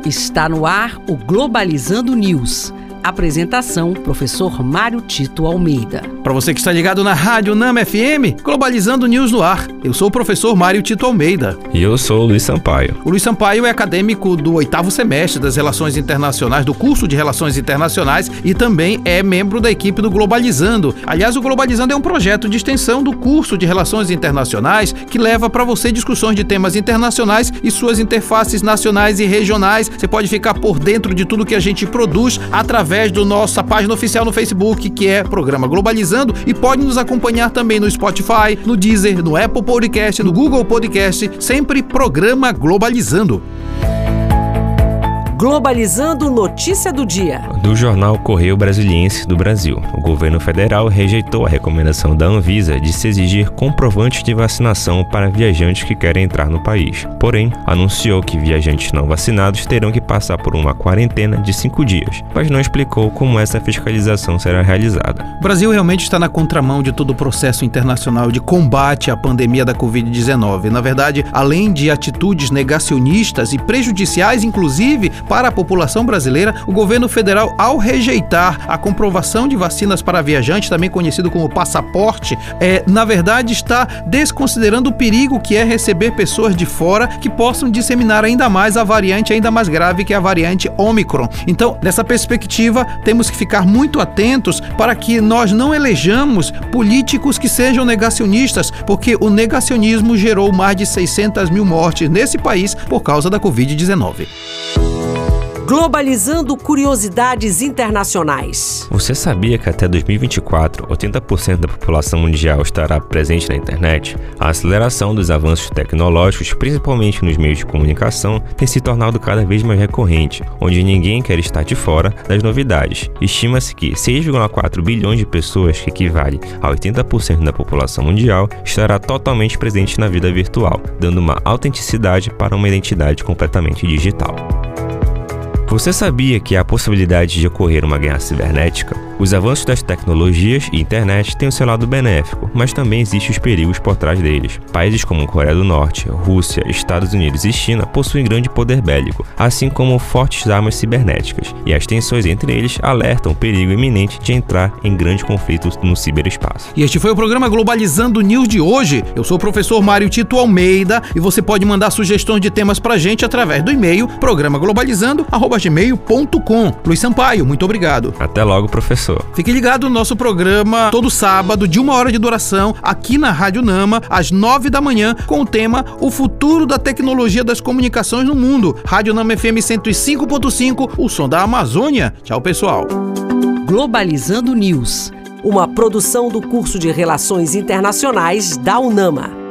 Está no ar o Globalizando News. Apresentação, professor Mário Tito Almeida. Para você que está ligado na Rádio Nama FM, Globalizando News no ar. Eu sou o professor Mário Tito Almeida. E eu sou o Luiz Sampaio. O Luiz Sampaio é acadêmico do 8º semestre das Relações Internacionais, do curso de Relações Internacionais, e também é membro da equipe do Globalizando. Aliás, o Globalizando é um projeto de extensão do curso de Relações Internacionais que leva para você discussões de temas internacionais e suas interfaces nacionais e regionais. Você pode ficar por dentro de tudo que a gente produz através da nossa página oficial no Facebook, que é Programa Globalizando, e pode nos acompanhar também no Spotify, no Deezer, no Apple Podcast, no Google Podcast, sempre Programa Globalizando. Globalizando notícia do dia. Do jornal Correio Brasiliense do Brasil, o governo federal rejeitou a recomendação da Anvisa de se exigir comprovantes de vacinação para viajantes que querem entrar no país. Porém, anunciou que viajantes não vacinados terão que passar por uma quarentena de 5 dias, mas não explicou como essa fiscalização será realizada. O Brasil realmente está na contramão de todo o processo internacional de combate à pandemia da Covid-19. Na verdade, além de atitudes negacionistas e prejudiciais, inclusive, para a população brasileira, o governo federal, ao rejeitar a comprovação de vacinas para viajantes, também conhecido como passaporte, na verdade está desconsiderando o perigo que é receber pessoas de fora que possam disseminar ainda mais a variante ainda mais grave, que é a variante Ômicron. Então, nessa perspectiva, temos que ficar muito atentos para que nós não elejamos políticos que sejam negacionistas, porque o negacionismo gerou mais de 600 mil mortes nesse país por causa da Covid-19. Globalizando curiosidades internacionais. Você sabia que até 2024, 80% da população mundial estará presente na internet? A aceleração dos avanços tecnológicos, principalmente nos meios de comunicação, tem se tornado cada vez mais recorrente, onde ninguém quer estar de fora das novidades. Estima-se que 6,4 bilhões de pessoas, que equivale a 80% da população mundial, estará totalmente presente na vida virtual, dando uma autenticidade para uma identidade completamente digital. Você sabia que há a possibilidade de ocorrer uma guerra cibernética? Os avanços das tecnologias e internet têm o seu lado benéfico, mas também existem os perigos por trás deles. Países como Coreia do Norte, Rússia, Estados Unidos e China possuem grande poder bélico, assim como fortes armas cibernéticas, e as tensões entre eles alertam o perigo iminente de entrar em grande conflito no ciberespaço. E este foi o programa Globalizando News de hoje. Eu sou o professor Mário Tito Almeida e você pode mandar sugestões de temas pra gente através do e-mail programaglobalizando@gmail.com. Luiz Sampaio, muito obrigado. Até logo, professor. Fique ligado no nosso programa todo sábado, de 1 hora de duração, aqui na Rádio Nama, às 9 da manhã, com o tema O Futuro da Tecnologia das Comunicações no Mundo. Rádio Nama FM 105.5, o som da Amazônia. Tchau, pessoal. Globalizando News, uma produção do curso de Relações Internacionais da UNAMA.